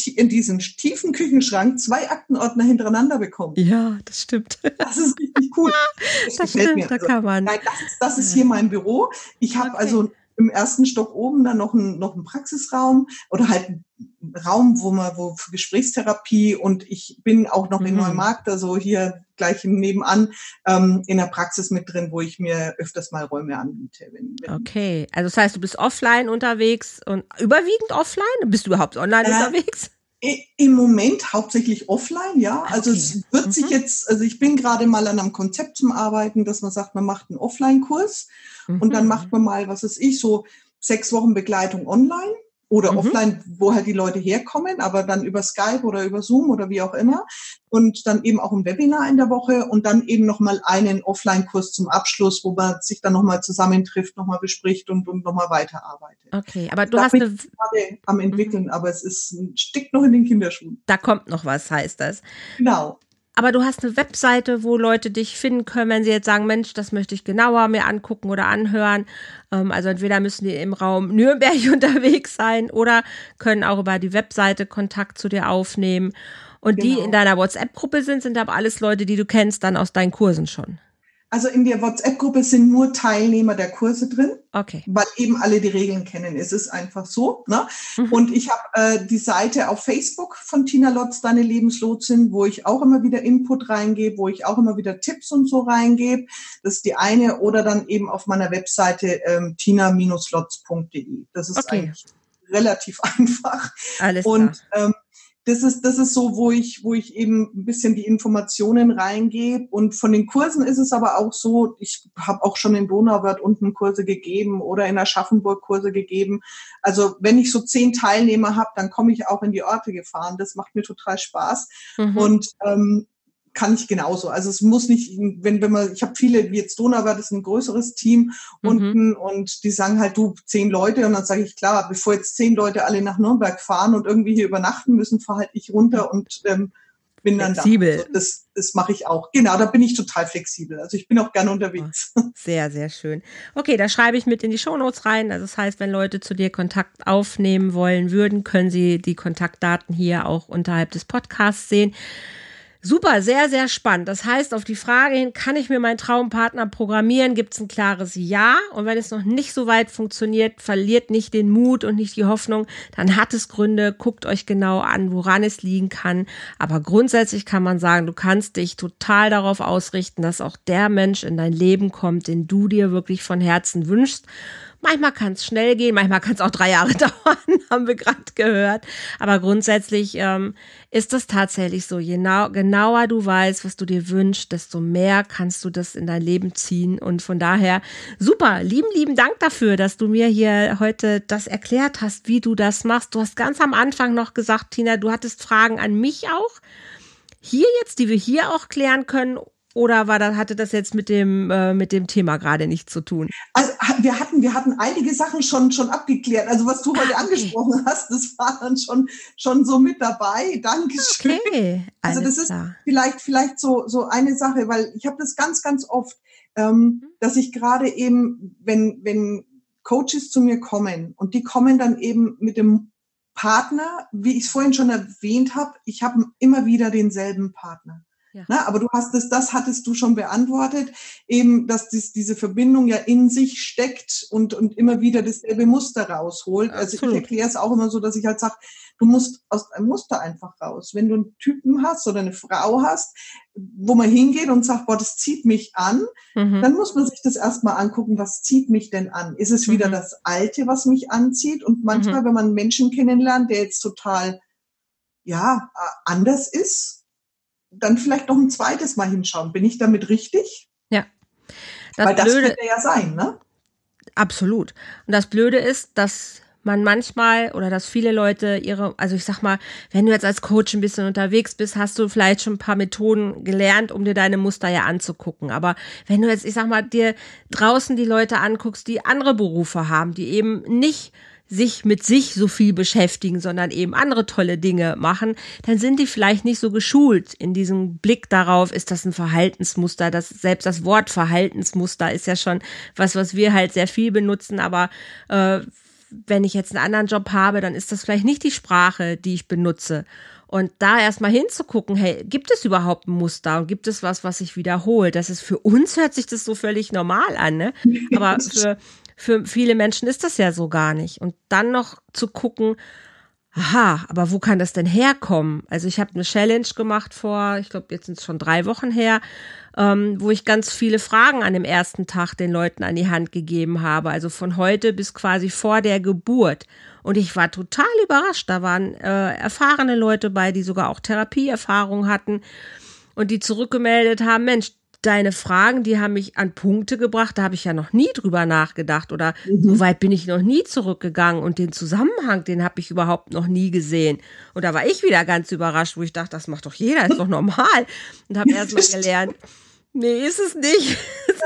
tiefen Küchenschrank 2 Aktenordner hintereinander bekommst. Ja, das stimmt. Das ist richtig cool. Das stimmt, da kann man. Nein, das ist hier mein Büro. Ich habe also im ersten Stock oben dann noch einen Praxisraum oder halt einen Raum, wo für Gesprächstherapie, und ich bin auch noch in Neumarkt, also hier gleich nebenan, in der Praxis mit drin, wo ich mir öfters mal Räume anbiete. Okay, also das heißt, du bist offline unterwegs und überwiegend offline? Bist du überhaupt online unterwegs? Im Moment hauptsächlich offline, ja. Also es wird sich jetzt, also ich bin gerade mal an einem Konzept zum Arbeiten, dass man sagt, man macht einen Offline-Kurs und dann macht man mal, was weiß ich, so 6 Wochen Begleitung online oder offline, wo halt die Leute herkommen, aber dann über Skype oder über Zoom oder wie auch immer, und dann eben auch ein Webinar in der Woche und dann eben nochmal einen Offline-Kurs zum Abschluss, wo man sich dann nochmal zusammentrifft, nochmal bespricht und nochmal weiterarbeitet. Okay, aber du hast eine gerade am entwickeln, aber steckt noch in den Kinderschuhen. Da kommt noch was, heißt das. Genau. Aber du hast eine Webseite, wo Leute dich finden können, wenn sie jetzt sagen, Mensch, das möchte ich genauer mir angucken oder anhören. Also entweder müssen die im Raum Nürnberg unterwegs sein oder können auch über die Webseite Kontakt zu dir aufnehmen. Und die in deiner WhatsApp-Gruppe sind aber alles Leute, die du kennst, dann aus deinen Kursen schon. Also in der WhatsApp-Gruppe sind nur Teilnehmer der Kurse drin, weil eben alle die Regeln kennen. Es ist einfach so. Ne? Und ich habe die Seite auf Facebook von Tina Lotz, deine Lebenslotsin, wo ich auch immer wieder Input reingebe, wo ich auch immer wieder Tipps und so reingebe. Das ist die eine. Oder dann eben auf meiner Webseite tina-lotz.de. Das ist eigentlich relativ einfach. Alles klar. Und das ist so, wo ich eben ein bisschen die Informationen reingebe. Und von den Kursen ist es aber auch so, ich habe auch schon in Donauwörth unten Kurse gegeben oder in Aschaffenburg Kurse gegeben. Also wenn ich so 10 Teilnehmer habe, dann komme ich auch in die Orte gefahren. Das macht mir total Spaß. Und kann ich genauso. Also es muss nicht, ich habe viele, wie jetzt Donauwörth, das ist ein größeres Team unten und die sagen halt, 10 Leute, und dann sage ich, klar, bevor jetzt 10 Leute alle nach Nürnberg fahren und irgendwie hier übernachten müssen, fahre halt ich runter und bin dann flexibel. Da. Also das mache ich auch. Genau, da bin ich total flexibel. Also ich bin auch gerne unterwegs. Sehr, sehr schön. Okay, da schreibe ich mit in die Shownotes rein. Also das heißt, wenn Leute zu dir Kontakt aufnehmen wollen würden, können sie die Kontaktdaten hier auch unterhalb des Podcasts sehen. Super, sehr, sehr spannend. Das heißt, auf die Frage hin, kann ich mir meinen Traumpartner programmieren, gibt es ein klares Ja. Und wenn es noch nicht so weit funktioniert, verliert nicht den Mut und nicht die Hoffnung, dann hat es Gründe. Guckt euch genau an, woran es liegen kann. Aber grundsätzlich kann man sagen, du kannst dich total darauf ausrichten, dass auch der Mensch in dein Leben kommt, den du dir wirklich von Herzen wünschst. Manchmal kann es schnell gehen, manchmal kann es auch 3 Jahre dauern, haben wir gerade gehört. Aber grundsätzlich ist das tatsächlich so. Je genauer du weißt, was du dir wünschst, desto mehr kannst du das in dein Leben ziehen. Und von daher, super, lieben Dank dafür, dass du mir hier heute das erklärt hast, wie du das machst. Du hast ganz am Anfang noch gesagt, Tina, du hattest Fragen an mich auch. Hier jetzt, die wir hier auch klären können. Oder hatte das jetzt mit dem Thema gerade nichts zu tun? Also wir hatten einige Sachen schon abgeklärt. Also was du heute angesprochen hast, das war dann schon so mit dabei. Dankeschön. Okay, also das ist vielleicht so eine Sache, weil ich habe das ganz, ganz oft, dass ich gerade eben, wenn Coaches zu mir kommen und die kommen dann eben mit dem Partner, wie ich es vorhin schon erwähnt habe, ich habe immer wieder denselben Partner. Ja. Na, aber das hattest du schon beantwortet, eben, dass diese Verbindung ja in sich steckt und immer wieder dasselbe Muster rausholt. Absolut. Also ich erkläre es auch immer so, dass ich halt sage, du musst aus einem Muster einfach raus. Wenn du einen Typen hast oder eine Frau hast, wo man hingeht und sagt, boah, das zieht mich an, dann muss man sich das erstmal angucken, was zieht mich denn an? Ist es wieder das Alte, was mich anzieht? Und manchmal, wenn man einen Menschen kennenlernt, der jetzt total, anders ist, dann vielleicht noch ein zweites Mal hinschauen. Bin ich damit richtig? Ja. Weil das könnte ja sein, ne? Absolut. Und das Blöde ist, dass man manchmal oder dass viele Leute also ich sag mal, wenn du jetzt als Coach ein bisschen unterwegs bist, hast du vielleicht schon ein paar Methoden gelernt, um dir deine Muster ja anzugucken. Aber wenn du jetzt, ich sag mal, dir draußen die Leute anguckst, die andere Berufe haben, die eben nicht sich mit sich so viel beschäftigen, sondern eben andere tolle Dinge machen, dann sind die vielleicht nicht so geschult in diesem Blick darauf, ist das ein Verhaltensmuster, selbst das Wort Verhaltensmuster ist ja schon was wir halt sehr viel benutzen, aber wenn ich jetzt einen anderen Job habe, dann ist das vielleicht nicht die Sprache, die ich benutze. Und da erstmal hinzugucken, hey, gibt es überhaupt ein Muster und gibt es was sich wiederholt? Das ist für uns, hört sich das so völlig normal an, ne? Aber für viele Menschen ist das ja so gar nicht. Und dann noch zu gucken, aha, aber wo kann das denn herkommen? Also ich habe eine Challenge gemacht ich glaube, jetzt sind es schon 3 Wochen her, wo ich ganz viele Fragen an dem ersten Tag den Leuten an die Hand gegeben habe. Also von heute bis quasi vor der Geburt. Und ich war total überrascht. Da waren erfahrene Leute bei, die sogar auch Therapieerfahrung hatten und die zurückgemeldet haben, Mensch, deine Fragen, die haben mich an Punkte gebracht, da habe ich ja noch nie drüber nachgedacht oder so weit bin ich noch nie zurückgegangen und den Zusammenhang, den habe ich überhaupt noch nie gesehen. Und da war ich wieder ganz überrascht, wo ich dachte, das macht doch jeder, ist doch normal. Und habe erst mal gelernt, nee, ist es nicht.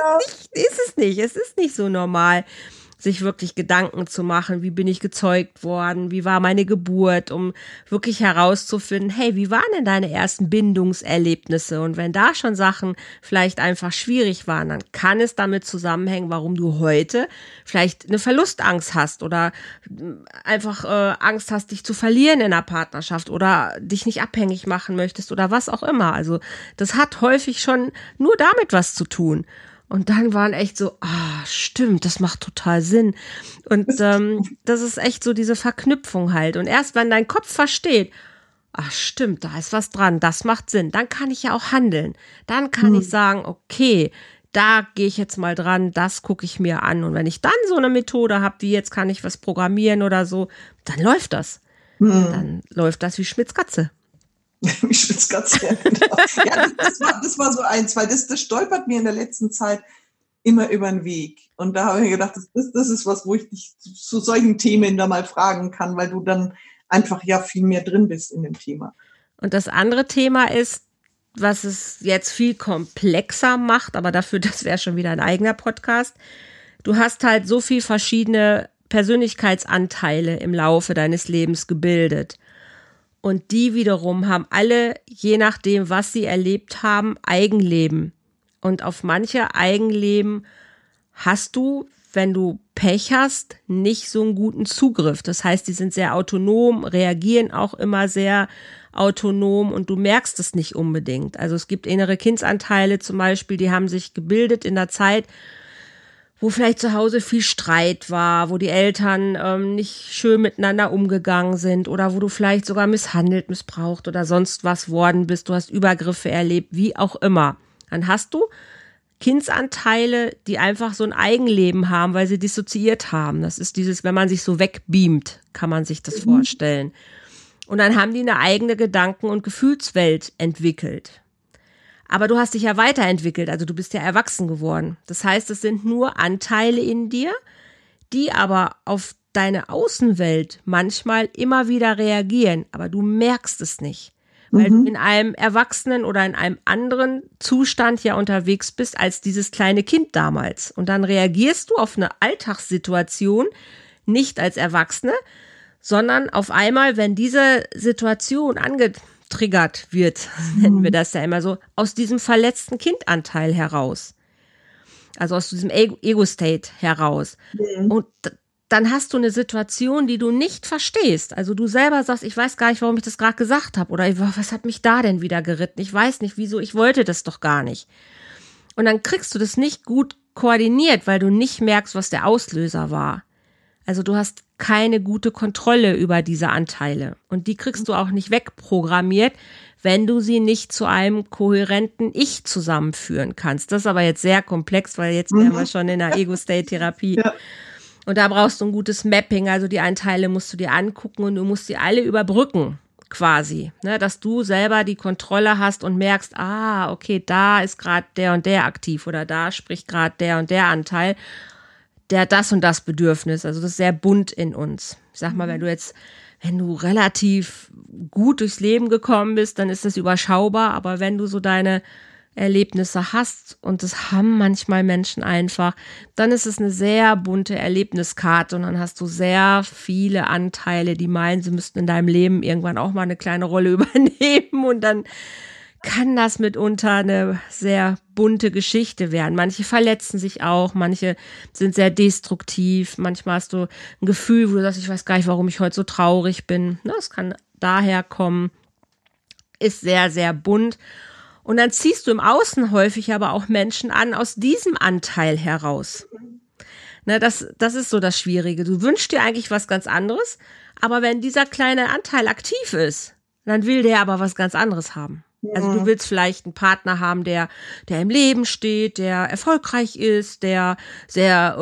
Es ist nicht so normal, sich wirklich Gedanken zu machen, wie bin ich gezeugt worden, wie war meine Geburt, um wirklich herauszufinden, hey, wie waren denn deine ersten Bindungserlebnisse? Und wenn da schon Sachen vielleicht einfach schwierig waren, dann kann es damit zusammenhängen, warum du heute vielleicht eine Verlustangst hast oder einfach Angst hast, dich zu verlieren in einer Partnerschaft oder dich nicht abhängig machen möchtest oder was auch immer. Also das hat häufig schon nur damit was zu tun. Und dann waren echt so, stimmt, das macht total Sinn. Und das ist echt so diese Verknüpfung halt. Und erst wenn dein Kopf versteht, stimmt, da ist was dran, das macht Sinn, dann kann ich ja auch handeln. Dann kann ich sagen, okay, da gehe ich jetzt mal dran, das gucke ich mir an. Und wenn ich dann so eine Methode habe, wie jetzt kann ich was programmieren oder so, dann läuft das. Dann läuft das wie Schmitz Katze. Wie Schwitzkatze. Ja, genau. Ja, das war so eins, weil das stolpert mir in der letzten Zeit immer über den Weg. Und da habe ich mir gedacht, das ist was, wo ich dich zu solchen Themen da mal fragen kann, weil du dann einfach ja viel mehr drin bist in dem Thema. Und das andere Thema ist, was es jetzt viel komplexer macht, aber dafür, das wäre schon wieder ein eigener Podcast. Du hast halt so viel verschiedene Persönlichkeitsanteile im Laufe deines Lebens gebildet. Und die wiederum haben alle, je nachdem, was sie erlebt haben, Eigenleben. Und auf manche Eigenleben hast du, wenn du Pech hast, nicht so einen guten Zugriff. Das heißt, die sind sehr autonom, reagieren auch immer sehr autonom und du merkst es nicht unbedingt. Also es gibt innere Kindsanteile zum Beispiel, die haben sich gebildet in der Zeit, wo vielleicht zu Hause viel Streit war, wo die Eltern nicht schön miteinander umgegangen sind oder wo du vielleicht sogar misshandelt, missbraucht oder sonst was worden bist, du hast Übergriffe erlebt, wie auch immer. Dann hast du Kindsanteile, die einfach so ein Eigenleben haben, weil sie dissoziiert haben. Das ist dieses, wenn man sich so wegbeamt, kann man sich das vorstellen. Und dann haben die eine eigene Gedanken- und Gefühlswelt entwickelt. Aber du hast dich ja weiterentwickelt, also du bist ja erwachsen geworden. Das heißt, es sind nur Anteile in dir, die aber auf deine Außenwelt manchmal immer wieder reagieren, aber du merkst es nicht, weil du in einem Erwachsenen oder in einem anderen Zustand ja unterwegs bist als dieses kleine Kind damals. Und dann reagierst du auf eine Alltagssituation nicht als Erwachsene, sondern auf einmal, wenn diese Situation angetriggert wird, nennen wir das ja immer so, aus diesem verletzten Kindanteil heraus. Also aus diesem Ego-State heraus. Und dann hast du eine Situation, die du nicht verstehst. Also du selber sagst, ich weiß gar nicht, warum ich das gerade gesagt habe. Oder was hat mich da denn wieder geritten? Ich weiß nicht, wieso, ich wollte das doch gar nicht. Und dann kriegst du das nicht gut koordiniert, weil du nicht merkst, was der Auslöser war. Also du hast keine gute Kontrolle über diese Anteile. Und die kriegst du auch nicht wegprogrammiert, wenn du sie nicht zu einem kohärenten Ich zusammenführen kannst. Das ist aber jetzt sehr komplex, weil jetzt wären wir schon in der Ego-State-Therapie. Ja. Und da brauchst du ein gutes Mapping, also die Anteile musst du dir angucken und du musst sie alle überbrücken. quasi, ne, dass du selber die Kontrolle hast und merkst, okay, da ist gerade der und der aktiv oder da spricht gerade der und der Anteil, der das und das Bedürfnis. Also das ist sehr bunt in uns. Ich sag mal, wenn du relativ gut durchs Leben gekommen bist, dann ist das überschaubar, aber wenn du so deine Erlebnisse hast, und das haben manchmal Menschen einfach, dann ist es eine sehr bunte Erlebniskarte und dann hast du sehr viele Anteile, die meinen, sie müssten in deinem Leben irgendwann auch mal eine kleine Rolle übernehmen und dann kann das mitunter eine sehr bunte Geschichte werden. Manche verletzen sich auch, manche sind sehr destruktiv, manchmal hast du ein Gefühl, wo du sagst, ich weiß gar nicht, warum ich heute so traurig bin. Das kann daher kommen, ist sehr, sehr bunt. Und dann ziehst du im Außen häufig aber auch Menschen an aus diesem Anteil heraus. Ne, das ist so das Schwierige. Du wünschst dir eigentlich was ganz anderes, aber wenn dieser kleine Anteil aktiv ist, dann will der aber was ganz anderes haben. Also du willst vielleicht einen Partner haben, der im Leben steht, der erfolgreich ist, der sehr,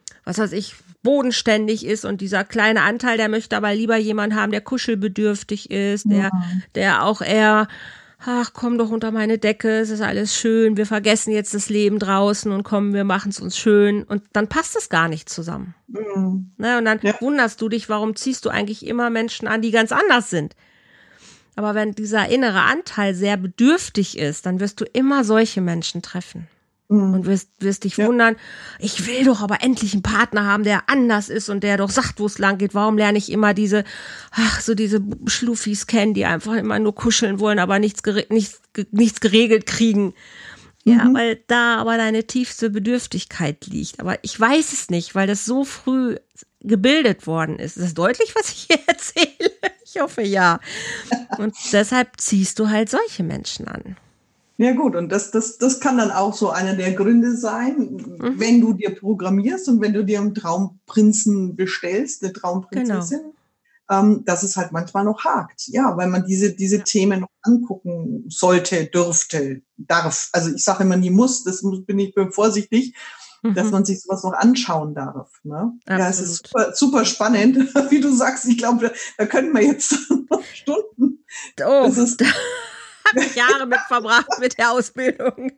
bodenständig ist, und dieser kleine Anteil, der möchte aber lieber jemanden haben, der kuschelbedürftig ist, der auch eher, komm doch unter meine Decke, es ist alles schön, wir vergessen jetzt das Leben draußen und kommen, wir machen es uns schön, und dann passt es gar nicht zusammen. Ne, und dann wunderst du dich, warum ziehst du eigentlich immer Menschen an, die ganz anders sind. Aber wenn dieser innere Anteil sehr bedürftig ist, dann wirst du immer solche Menschen treffen. Und wirst dich wundern, ich will doch aber endlich einen Partner haben, der anders ist und der doch sagt, wo es lang geht. Warum lerne ich immer diese Schluffis kennen, die einfach immer nur kuscheln wollen, aber nichts geregelt kriegen. Ja, weil da aber deine tiefste Bedürftigkeit liegt. Aber ich weiß es nicht, weil das so früh gebildet worden ist. Ist das deutlich, was ich hier erzähle? Ich hoffe, ja. Und deshalb ziehst du halt solche Menschen an. Ja gut, und das kann dann auch so einer der Gründe sein, wenn du dir programmierst und wenn du dir einen Traumprinzen bestellst, eine Traumprinzessin, dass es halt manchmal noch hakt. Ja, weil man diese Themen noch angucken sollte, dürfte, darf. Also ich sage immer nie muss, bin ich vorsichtig, dass man sich sowas noch anschauen darf. Ne? Ja, es ist super, super spannend, wie du sagst. Ich glaube, da können wir jetzt noch Stunden. Das ist habe ich Jahre mit verbracht mit der Ausbildung.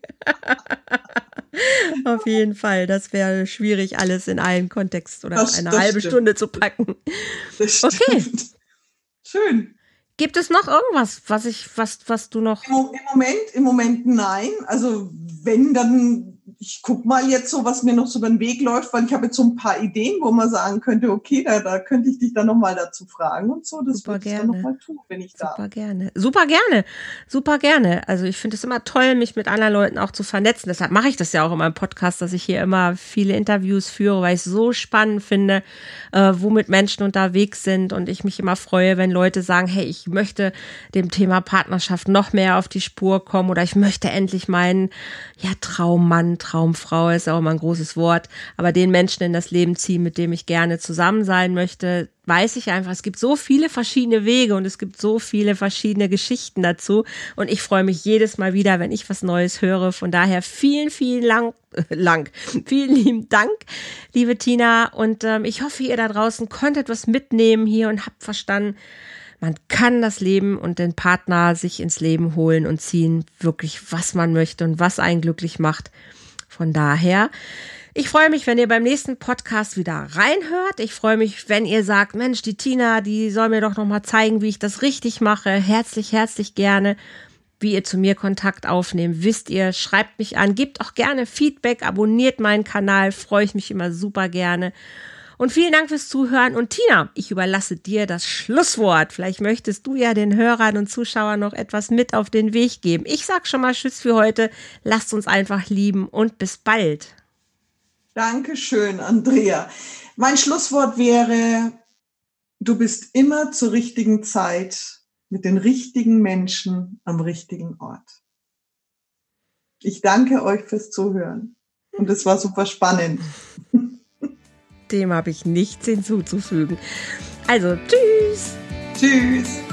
Auf jeden Fall. Das wäre schwierig, alles in einen Kontext oder eine halbe Stunde zu packen. Das stimmt. Okay. Schön. Gibt es noch irgendwas, was du noch? Im Moment nein. Also wenn, dann, ich guck mal jetzt so, was mir noch so über den Weg läuft, weil ich habe jetzt so ein paar Ideen, wo man sagen könnte, okay, da könnte ich dich dann nochmal dazu fragen und so. Das würde ich dann nochmal tun, wenn ich darf. Super gerne. Also ich finde es immer toll, mich mit anderen Leuten auch zu vernetzen. Deshalb mache ich das ja auch in meinem Podcast, dass ich hier immer viele Interviews führe, weil ich es so spannend finde, womit Menschen unterwegs sind, und ich mich immer freue, wenn Leute sagen, hey, ich möchte dem Thema Partnerschaft noch mehr auf die Spur kommen, oder ich möchte endlich meinen Traummann, Traumfrau ist auch immer ein großes Wort, aber den Menschen in das Leben ziehen, mit dem ich gerne zusammen sein möchte. Weiß ich einfach, es gibt so viele verschiedene Wege und es gibt so viele verschiedene Geschichten dazu, und ich freue mich jedes Mal wieder, wenn ich was Neues höre. Von daher vielen lieben Dank, liebe Tina, und ich hoffe, ihr da draußen konntet was mitnehmen hier und habt verstanden, man kann das Leben und den Partner sich ins Leben holen und ziehen, wirklich was man möchte und was einen glücklich macht. Von daher, ich freue mich, wenn ihr beim nächsten Podcast wieder reinhört. Ich freue mich, wenn ihr sagt, Mensch, die Tina, die soll mir doch nochmal zeigen, wie ich das richtig mache. Herzlich, herzlich gerne. Wie ihr zu mir Kontakt aufnehmt, wisst ihr, schreibt mich an, gebt auch gerne Feedback, abonniert meinen Kanal, freue ich mich immer super gerne. Und vielen Dank fürs Zuhören. Und Tina, ich überlasse dir das Schlusswort. Vielleicht möchtest du ja den Hörern und Zuschauern noch etwas mit auf den Weg geben. Ich sag schon mal Tschüss für heute. Lasst uns einfach lieben und bis bald. Dankeschön, Andrea. Mein Schlusswort wäre, du bist immer zur richtigen Zeit mit den richtigen Menschen am richtigen Ort. Ich danke euch fürs Zuhören. Und es war super spannend. Dem habe ich nichts hinzuzufügen. Also, tschüss. Tschüss.